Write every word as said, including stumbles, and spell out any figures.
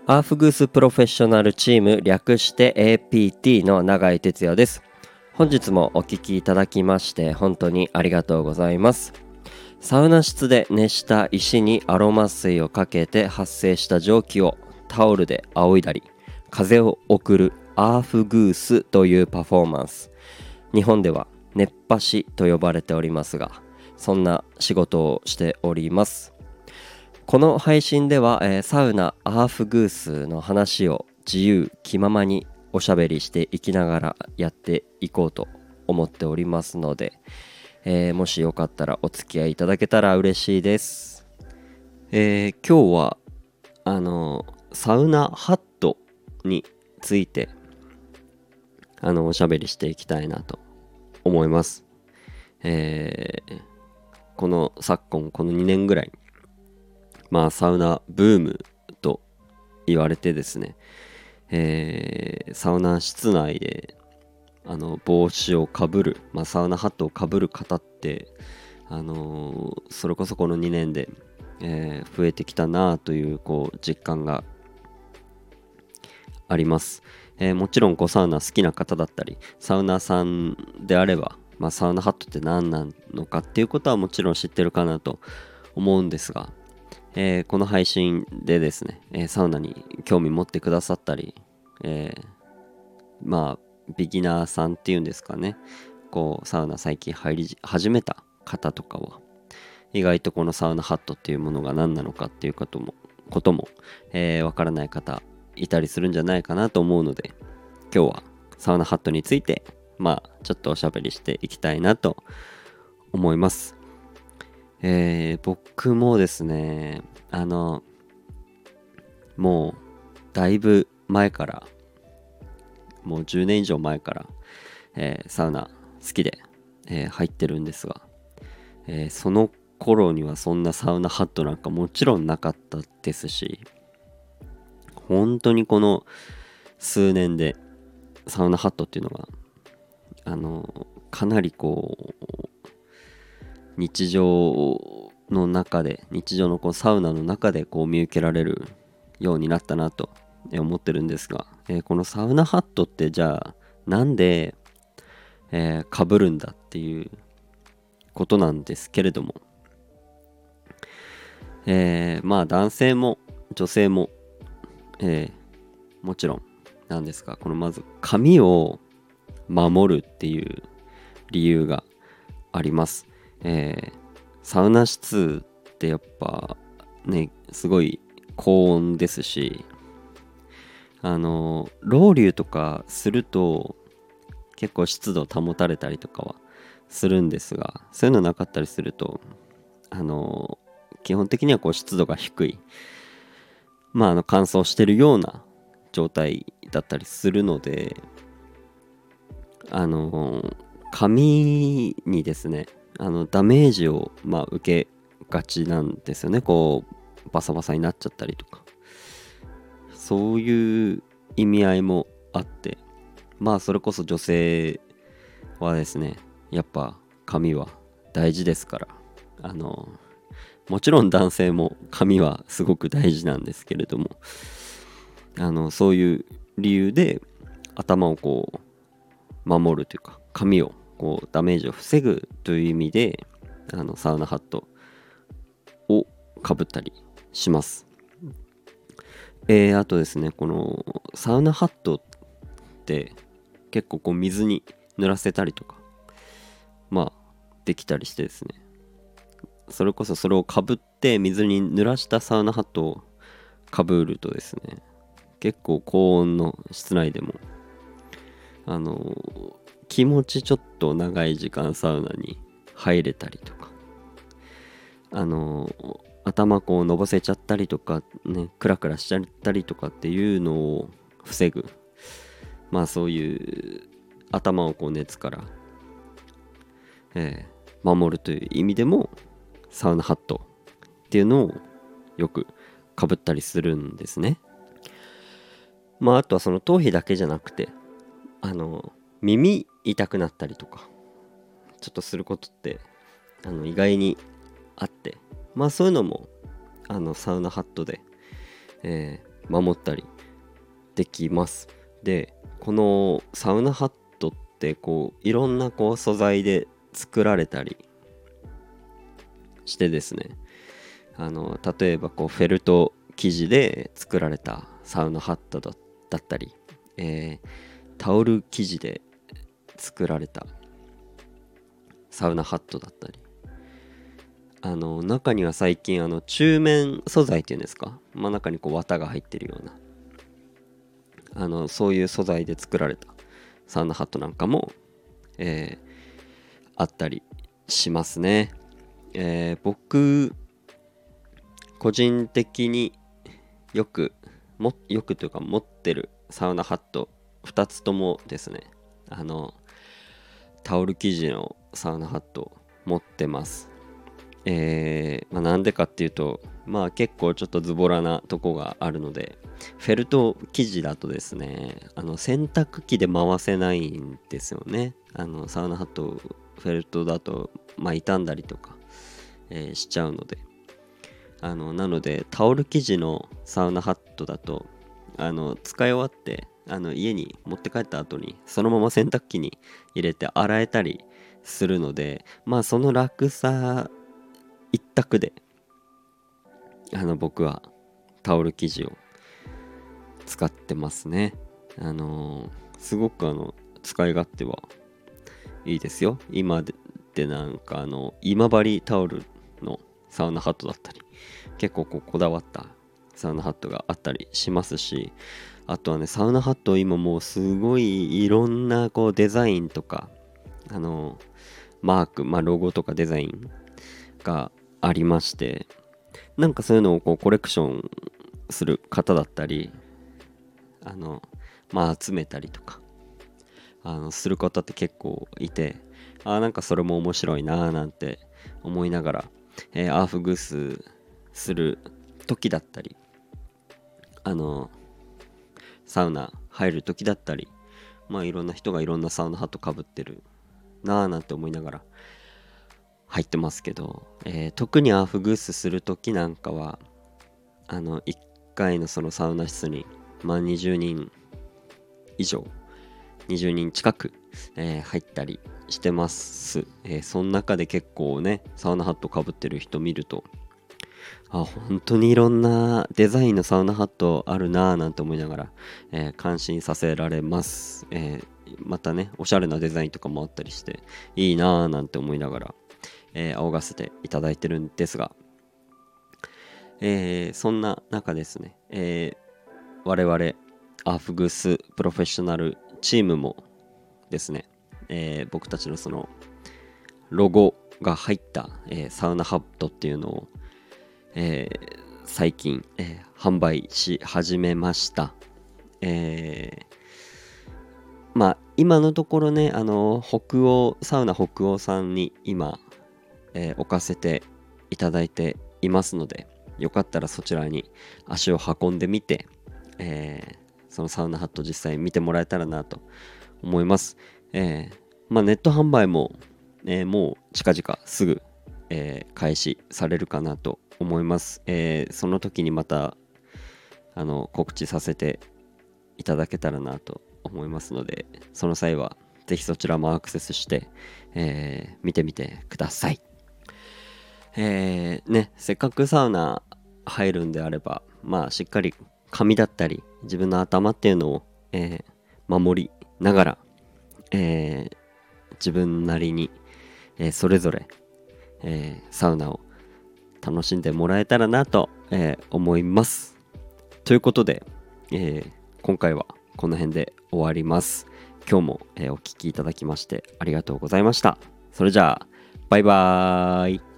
アーフグースプロフェッショナルチーム略して エーピーティー の永井哲也です。本日もお聞きいただきまして本当にありがとうございます。サウナ室で熱した石にアロマ水をかけて発生した蒸気をタオルで仰いだり風を送るアーフグースというパフォーマンス、日本では熱波師と呼ばれておりますが、そんな仕事をしております。この配信では、えー、サウナアーフグースの話を自由気ままにおしゃべりしていきながらやっていこうと思っておりますので、えー、もしよかったらお付き合いいただけたら嬉しいです。えー、今日はあのサウナハットについてあのおしゃべりしていきたいなと思います。えー、この昨今このにねんぐらいまあサウナブームと言われてですね、えー、サウナ室内であの帽子をかぶる、まあ、サウナハットをかぶる方ってあのー、それこそこのにねんで、えー、増えてきたなというこう実感があります。えー、もちろんこうサウナ好きな方だったりサウナーさんであれば、まあ、サウナハットって何なのかっていうことはもちろん知ってるかなと思うんですが、えー、この配信でですね、えー、サウナに興味持ってくださったり、えー、まあビギナーさんっていうんですかね、こうサウナ最近入り始めた方とかは意外とこのサウナハットっていうものが何なのかっていうこともことも、えー、わからない方いたりするんじゃないかなと思うので、今日はサウナハットについてまあちょっとおしゃべりしていきたいなと思います。えー、僕もですね、あのもうだいぶ前からもうじゅうねん以上前から、えー、サウナ好きで、えー、入ってるんですが、えー、その頃にはそんなサウナハットなんかもちろんなかったですし、本当にこの数年でサウナハットっていうのがあのかなりこう日常の中で日常のこうサウナの中でこう見受けられるようになったなと思ってるんですが、えー、このサウナハットってじゃあなんで、えー、被るんだっていうことなんですけれども、えー、まあ男性も女性も、えー、もちろんなんですか、このまず髪を守るっていう理由があります。えー、サウナ室ってやっぱねすごい高温ですし、あのロウリュとかすると結構湿度保たれたりとかはするんですが、そういうのなかったりするとあの基本的にはこう湿度が低い、まああの乾燥してるような状態だったりするので、あの髪にですねあのダメージを、まあ、受けがちなんですよね。こうバサバサになっちゃったりとか、そういう意味合いもあって、まあそれこそ女性はですねやっぱ髪は大事ですから、あのもちろん男性も髪はすごく大事なんですけれども、あのそういう理由で頭をこう守るというか髪をこうダメージを防ぐという意味であのサウナハットをかぶったりします。えー、あとですね、このサウナハットって結構こう水に濡らせたりとかまあできたりしてですね、それこそそれをかぶって水に濡らしたサウナハットをかぶるとですね、結構高温の室内でもあの気持ちちょっと長い時間サウナに入れたりとか、あの頭こうのぼせちゃったりとかね、クラクラしちゃったりとかっていうのを防ぐ、まあそういう頭をこう熱から、えー、守るという意味でもサウナハットっていうのをよくかぶったりするんですね。まああとはその頭皮だけじゃなくて、あの耳痛くなったりとかちょっとすることってあの意外にあって、まあそういうのもあのサウナハットで、えー、 守ったりできます。でこのサウナハットってこういろんなこう素材で作られたりしてですね、あの例えばこうフェルト生地で作られたサウナハットだったり、えー、タオル生地で作られたサウナハットだったり、あの中には最近あの中面素材っていうんですか、まあ、中にこう綿が入ってるようなあのそういう素材で作られたサウナハットなんかも、えー、あったりしますね。えー、僕個人的によくもよくというか持ってるサウナハットふたつともですね、あのタオル生地のサウナハット持ってます。えーまあ、なんでかっていうと、まあ結構ちょっとズボラなとこがあるので、フェルト生地だとですね、あの洗濯機で回せないんですよね。あのサウナハットフェルトだと、まあ、傷んだりとか、えーしちゃうので、あのなのでタオル生地のサウナハットだと、あの使い終わってあの家に持って帰った後にそのまま洗濯機に入れて洗えたりするので、まあその楽さ一択であの僕はタオル生地を使ってますね。あのーすごくあの使い勝手はいいですよ。今ででなんかあの今治タオルのサウナハットだったり、結構こうこだわったサウナハットがあったりしますし、あとはねサウナハット今もうすごいいろんなこうデザインとかあのマーク、まあロゴとかデザインがありまして、なんかそういうのをこうコレクションする方だったり、あのまあ集めたりとかあのする方って結構いて、あなんかそれも面白いなーなんて思いながら、えーアーフグースする時だったり、あのサウナ入る時だったり、まあいろんな人がいろんなサウナハットかぶってるなーなんて思いながら入ってますけど、えー特にアーフグースする時なんかはあのいっかいのそのサウナ室に、まあ、にじゅうにん以上にじゅうにん近く、えー入ったりしてます。えーその中で結構ねサウナハットかぶってる人見ると、あ本当にいろんなデザインのサウナハットあるなぁなんて思いながら、えー感心させられます。えーまたねおしゃれなデザインとかもあったりしていいなぁなんて思いながら、えー仰がせていただいてるんですが、えーそんな中ですね、えー我々アーフグースプロフェッショナルチームもですね、えー僕たちのそのロゴが入った、えーサウナハットっていうのを、えー最近、えー販売し始めました。えーまあ今のところね、あの北欧サウナ北欧さんに今、えー置かせていただいていますので、よかったらそちらに足を運んでみて、えーそのサウナハット実際見てもらえたらなと思います。えーまあ、ネット販売も、えーもう近々すぐ、えー開始されるかなと思います。えーその時にまたあの告知させていただけたらなと思いますので、その際はぜひそちらもアクセスして、えー見てみてください。えーね、せっかくサウナ入るんであれば、まあしっかり髪だったり自分の頭っていうのを、えー守りながら、えー自分なりに、えーそれぞれ、えーサウナを楽しんでもらえたらなと、えー思います。ということで、えー今回はこの辺で終わります。今日も、えーお聞きいただきましてありがとうございました。それじゃあバイバーイ。